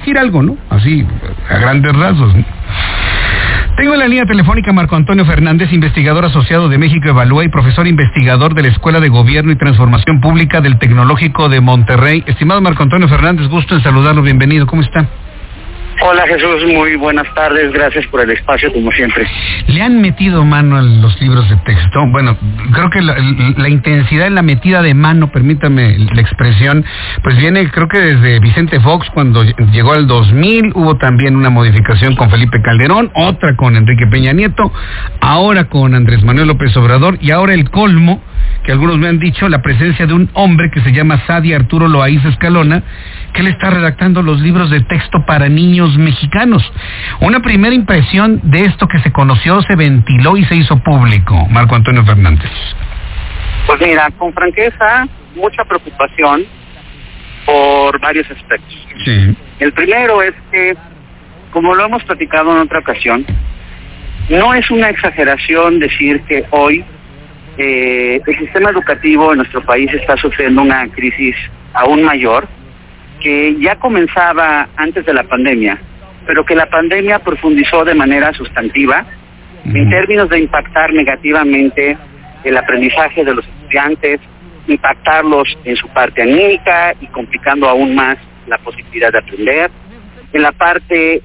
decir algo, ¿no? Así, a grandes rasgos, ¿no? Tengo en la línea telefónica a Marco Antonio Fernández, investigador asociado de México Evalúa y profesor investigador de la Escuela de Gobierno y Transformación Pública del Tecnológico de Monterrey. Estimado Marco Antonio Fernández, gusto en saludarlo, bienvenido, ¿cómo está? Hola Jesús, muy buenas tardes, gracias por el espacio como siempre. ¿Le han metido mano a los libros de texto? Bueno, creo que la intensidad en la metida de mano, permítame la expresión, pues viene creo que desde Vicente Fox cuando llegó al 2000, hubo también una modificación con Felipe Calderón, otra con Enrique Peña Nieto, ahora con Andrés Manuel López Obrador y ahora el colmo, que algunos me han dicho, la presencia de un hombre que se llama Sadi Arturo Loaiza Escalona, que le está redactando los libros de texto para niños mexicanos. Una primera impresión de esto que se conoció, se ventiló y se hizo público, Marco Antonio Fernández. Pues mira, con franqueza, mucha preocupación por varios aspectos. Sí. El primero es que, como lo hemos platicado en otra ocasión, no es una exageración decir que hoy el sistema educativo en nuestro país está sufriendo una crisis aún mayor, que ya comenzaba antes de la pandemia, pero que la pandemia profundizó de manera sustantiva en términos de impactar negativamente el aprendizaje de los estudiantes, impactarlos en su parte anímica y complicando aún más la posibilidad de aprender. En la parte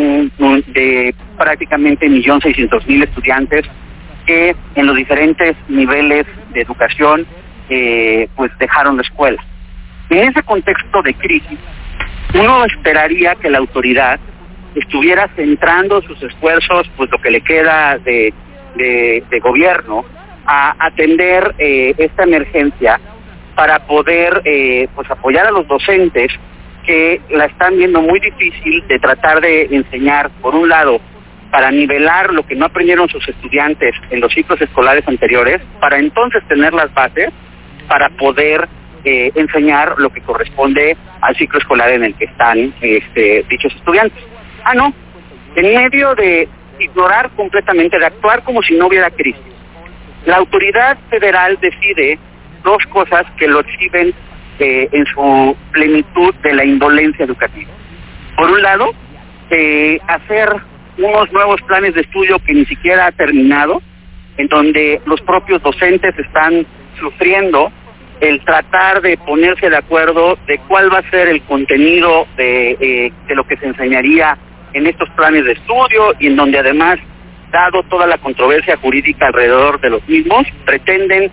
de prácticamente 1.600.000 estudiantes que en los diferentes niveles de educación pues dejaron la escuela. En ese contexto de crisis, uno esperaría que la autoridad estuviera centrando sus esfuerzos, pues lo que le queda de gobierno, a atender esta emergencia para poder pues apoyar a los docentes que la están viendo muy difícil de tratar de enseñar, por un lado, para nivelar lo que no aprendieron sus estudiantes en los ciclos escolares anteriores, para entonces tener las bases para poder enseñar lo que corresponde al ciclo escolar en el que están dichos estudiantes. No, en medio de ignorar completamente, de actuar como si no hubiera crisis, la autoridad federal decide dos cosas que lo exhiben en su plenitud de la indolencia educativa. Por un lado, hacer unos nuevos planes de estudio que ni siquiera ha terminado, en donde los propios docentes están sufriendo el tratar de ponerse de acuerdo de cuál va a ser el contenido de lo que se enseñaría en estos planes de estudio, y en donde además, dado toda la controversia jurídica alrededor de los mismos, pretenden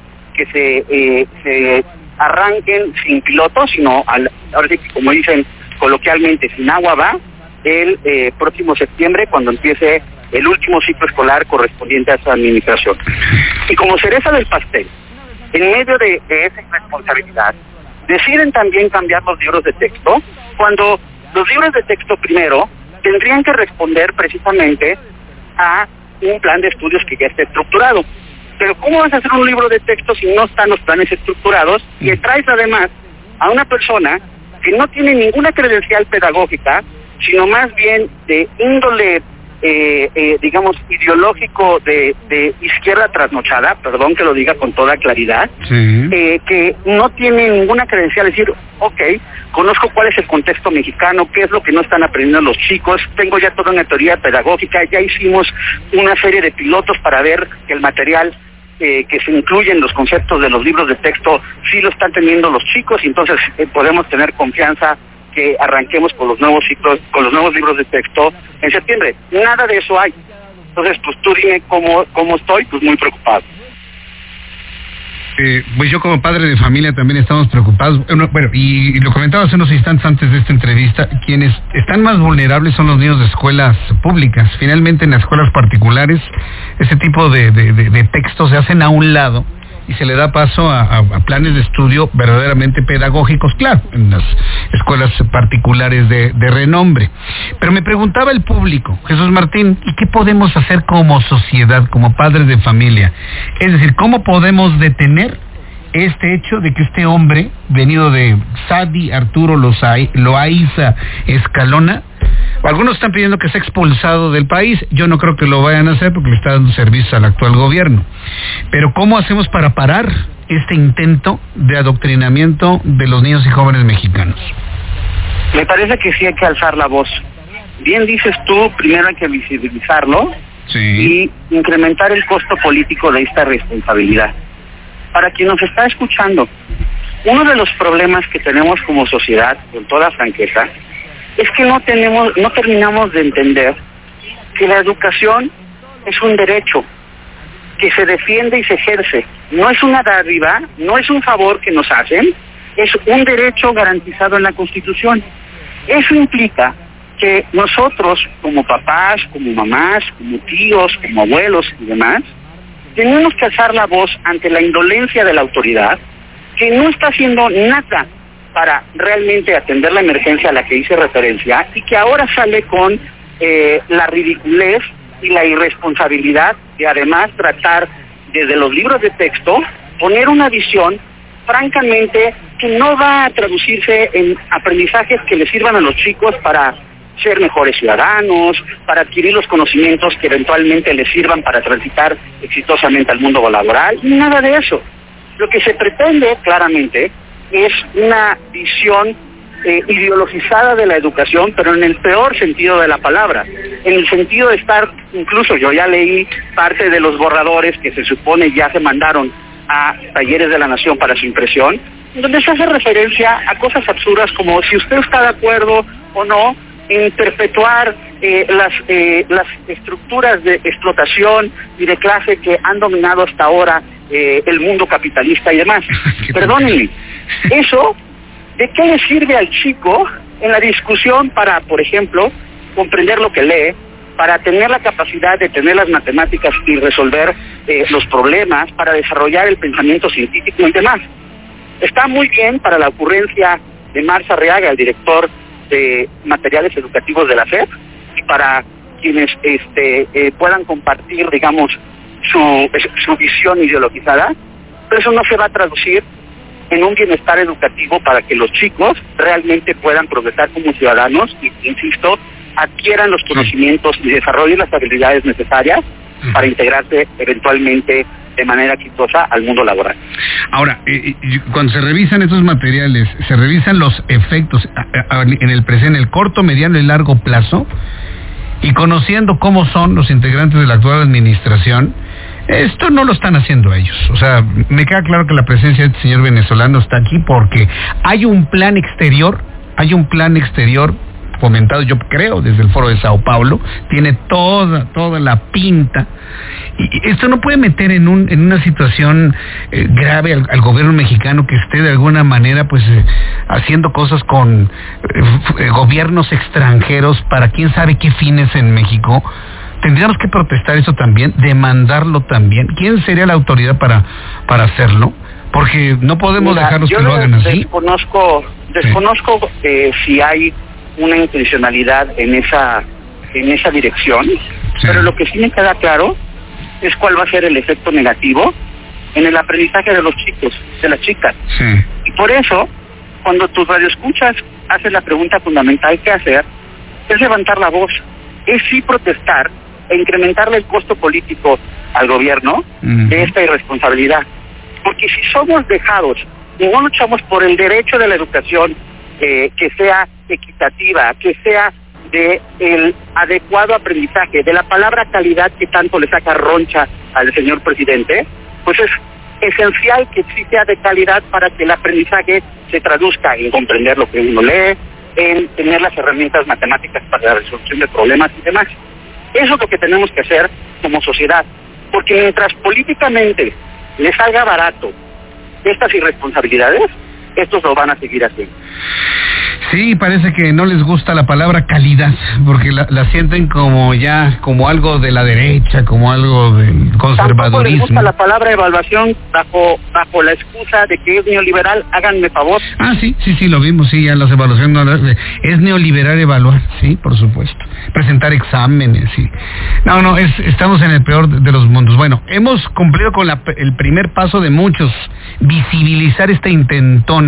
que se arranquen sin piloto, sino ahora sí que, como dicen coloquialmente, sin agua va, el próximo septiembre, cuando empiece el último ciclo escolar correspondiente a esa administración. Y como cereza del pastel, en medio de esa irresponsabilidad, deciden también cambiar los libros de texto, cuando los libros de texto primero tendrían que responder precisamente a un plan de estudios que ya esté estructurado. Pero ¿cómo vas a hacer un libro de texto si no están los planes estructurados y traes además a una persona que no tiene ninguna credencial pedagógica, sino más bien de índole digamos, ideológico de izquierda trasnochada, perdón que lo diga con toda claridad, sí, que no tiene ninguna credencial, es decir, conozco cuál es el contexto mexicano, qué es lo que no están aprendiendo los chicos, tengo ya toda una teoría pedagógica, ya hicimos una serie de pilotos para ver que el material que se incluye en los conceptos de los libros de texto sí lo están teniendo los chicos, y entonces podemos tener confianza que arranquemos con los nuevos ciclos, con los nuevos libros de texto en septiembre. Nada de eso hay. Entonces, pues tú dime cómo estoy, pues muy preocupado. Pues yo como padre de familia también estamos preocupados. Bueno, y lo comentaba hace unos instantes antes de esta entrevista, quienes están más vulnerables son los niños de escuelas públicas. Finalmente en las escuelas particulares ese tipo de textos se hacen a un lado y se le da paso a planes de estudio verdaderamente pedagógicos, claro, en las escuelas particulares de renombre. Pero me preguntaba el público, Jesús Martín, ¿y qué podemos hacer como sociedad, como padres de familia? Es decir, ¿cómo podemos detener este hecho de que este hombre, venido de Sadi Arturo Loaiza Escalona, algunos están pidiendo que sea expulsado del país? Yo no creo que lo vayan a hacer porque le está dando servicio al actual gobierno. Pero ¿cómo hacemos para parar este intento de adoctrinamiento de los niños y jóvenes mexicanos? Me parece que sí hay que alzar la voz. Bien dices tú, primero hay que visibilizarlo y incrementar el costo político de esta responsabilidad. Para quien nos está escuchando, uno de los problemas que tenemos como sociedad, con toda franqueza, es que no terminamos de entender que la educación es un derecho que se defiende y se ejerce. No es una dádiva, no es un favor que nos hacen, es un derecho garantizado en la Constitución. Eso implica que nosotros, como papás, como mamás, como tíos, como abuelos y demás, tenemos que alzar la voz ante la indolencia de la autoridad, que no está haciendo nada para realmente atender la emergencia a la que hice referencia y que ahora sale con la ridiculez y la irresponsabilidad de además tratar desde los libros de texto, poner una visión francamente que no va a traducirse en aprendizajes que le sirvan a los chicos para ser mejores ciudadanos, para adquirir los conocimientos que eventualmente les sirvan para transitar exitosamente al mundo laboral, nada de eso. Lo que se pretende claramente es una visión ideologizada de la educación, pero en el peor sentido de la palabra, en el sentido de estar, incluso yo ya leí parte de los borradores que se supone ya se mandaron a Talleres de la Nación para su impresión, donde se hace referencia a cosas absurdas como si usted está de acuerdo o no en perpetuar las estructuras de explotación y de clase que han dominado hasta ahora el mundo capitalista y demás. Perdónenme, eso, ¿de qué le sirve al chico en la discusión para, por ejemplo, comprender lo que lee, para tener la capacidad de tener las matemáticas y resolver los problemas, para desarrollar el pensamiento científico y demás? Está muy bien para la ocurrencia de Marza Arriaga, el director de materiales educativos de la SEP, y para quienes puedan compartir, digamos, su visión ideologizada, pero eso no se va a traducir en un bienestar educativo para que los chicos realmente puedan progresar como ciudadanos y, insisto, adquieran los conocimientos y desarrollen las habilidades necesarias para integrarse eventualmente de manera exitosa al mundo laboral. Ahora, cuando se revisan estos materiales, se revisan los efectos en el corto, mediano y largo plazo, y conociendo cómo son los integrantes de la actual administración, esto no lo están haciendo ellos. O sea, me queda claro que la presencia de este señor venezolano está aquí porque hay un plan exterior fomentado, yo creo, desde el Foro de Sao Paulo, tiene toda la pinta, y esto no puede meter en una situación grave al gobierno mexicano, que esté de alguna manera pues haciendo cosas con gobiernos extranjeros para quién sabe qué fines en México. Tendríamos que protestar eso también, demandarlo también. ¿Quién sería la autoridad para hacerlo? Porque no podemos dejarlos que lo hagan así. Desconozco si hay una intencionalidad en esa dirección, pero lo que sí me queda claro es cuál va a ser el efecto negativo en el aprendizaje de los chicos, de las chicas. Y por eso, cuando tus radioescuchas hacen la pregunta fundamental ¿qué hacer?, es levantar la voz, es sí protestar e incrementarle el costo político al gobierno de esta irresponsabilidad. Porque si somos dejados y no luchamos por el derecho de la educación que sea equitativa, que sea de el adecuado aprendizaje, de la palabra calidad que tanto le saca roncha al señor presidente, pues es esencial que sí sea de calidad para que el aprendizaje se traduzca en comprender lo que uno lee, en tener las herramientas matemáticas para la resolución de problemas y demás. Eso es lo que tenemos que hacer como sociedad, porque mientras políticamente les salga barato estas irresponsabilidades, estos lo van a seguir haciendo. Sí, parece que no les gusta la palabra calidad, porque la sienten como algo de la derecha, como algo del conservadurismo. Tampoco les gusta la palabra evaluación bajo la excusa de que es neoliberal, háganme favor. Ah, sí, lo vimos, sí, ya las evaluaciones, es neoliberal evaluar, sí, por supuesto. Presentar exámenes, sí. No, estamos en el peor de los mundos. Bueno, hemos cumplido con el primer paso de muchos, visibilizar esta intentona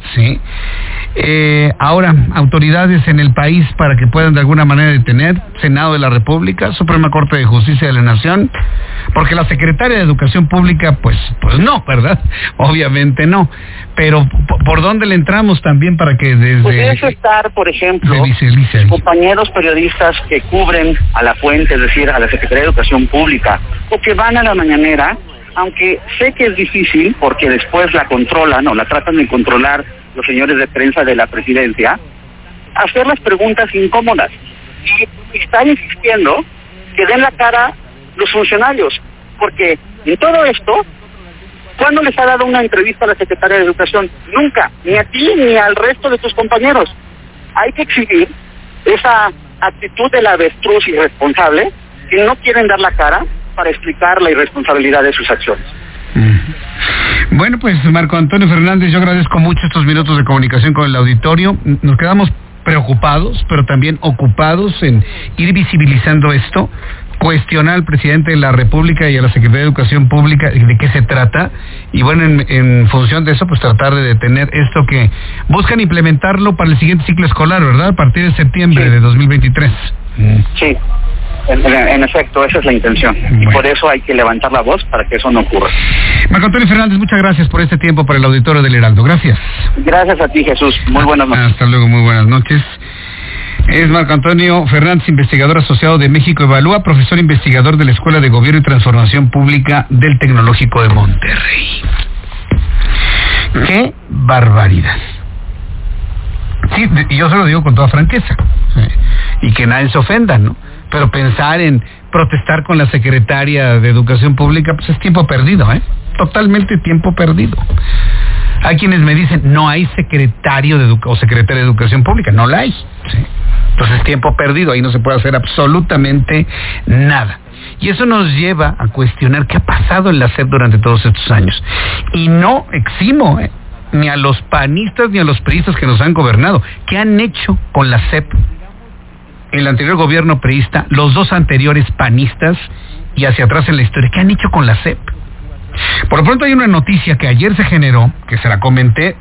¿sí? Ahora, autoridades en el país para que puedan de alguna manera detener, Senado de la República, Suprema Corte de Justicia de la Nación, porque la secretaria de Educación Pública, pues no, ¿verdad? Obviamente no. Pero, ¿por dónde le entramos también para que desde... Pudiese estar, por ejemplo, compañeros periodistas que cubren a la fuente, es decir, a la Secretaría de Educación Pública, o que van a la mañanera, aunque sé que es difícil, porque después la controlan o la tratan de controlar los señores de prensa de la presidencia, hacer las preguntas incómodas y están insistiendo que den la cara los funcionarios, porque en todo esto, ¿cuándo les ha dado una entrevista a la Secretaria de Educación? Nunca, ni a ti ni al resto de tus compañeros. Hay que exhibir esa actitud de la avestruz irresponsable que no quieren dar la cara para explicar la irresponsabilidad de sus acciones. Bueno, pues Marco Antonio Fernández, yo agradezco mucho estos minutos de comunicación con el auditorio. Nos quedamos preocupados, pero también ocupados en ir visibilizando esto, cuestionar al presidente de la República y a la Secretaría de Educación Pública de qué se trata, y bueno, en función de eso, pues tratar de detener esto que buscan implementarlo para el siguiente ciclo escolar, ¿verdad? A partir de septiembre de 2023. Sí. En efecto, esa es la intención. Y por eso hay que levantar la voz para que eso no ocurra. Marco Antonio Fernández, muchas gracias por este tiempo para el auditorio del Heraldo. Gracias. Gracias a ti, Jesús. Muy buenas noches. Hasta luego, muy buenas noches. Es Marco Antonio Fernández, investigador asociado de México Evalúa, profesor investigador de la Escuela de Gobierno y Transformación Pública del Tecnológico de Monterrey. ¡Qué barbaridad! Sí, y yo se lo digo con toda franqueza, ¿sí? Y que nadie se ofenda, ¿no? Pero pensar en protestar con la secretaria de Educación Pública, pues es tiempo perdido, ¿eh? Totalmente tiempo perdido. Hay quienes me dicen, no hay secretario o secretaria de Educación Pública, no la hay, ¿sí? Entonces tiempo perdido, ahí no se puede hacer absolutamente nada. Y eso nos lleva a cuestionar qué ha pasado en la SEP durante todos estos años. Y no eximo, ni a los panistas ni a los priistas que nos han gobernado. ¿Qué han hecho con la SEP? El anterior gobierno priista, los dos anteriores panistas y hacia atrás en la historia. ¿Qué han hecho con la SEP? Por lo pronto hay una noticia que ayer se generó, que se la comenté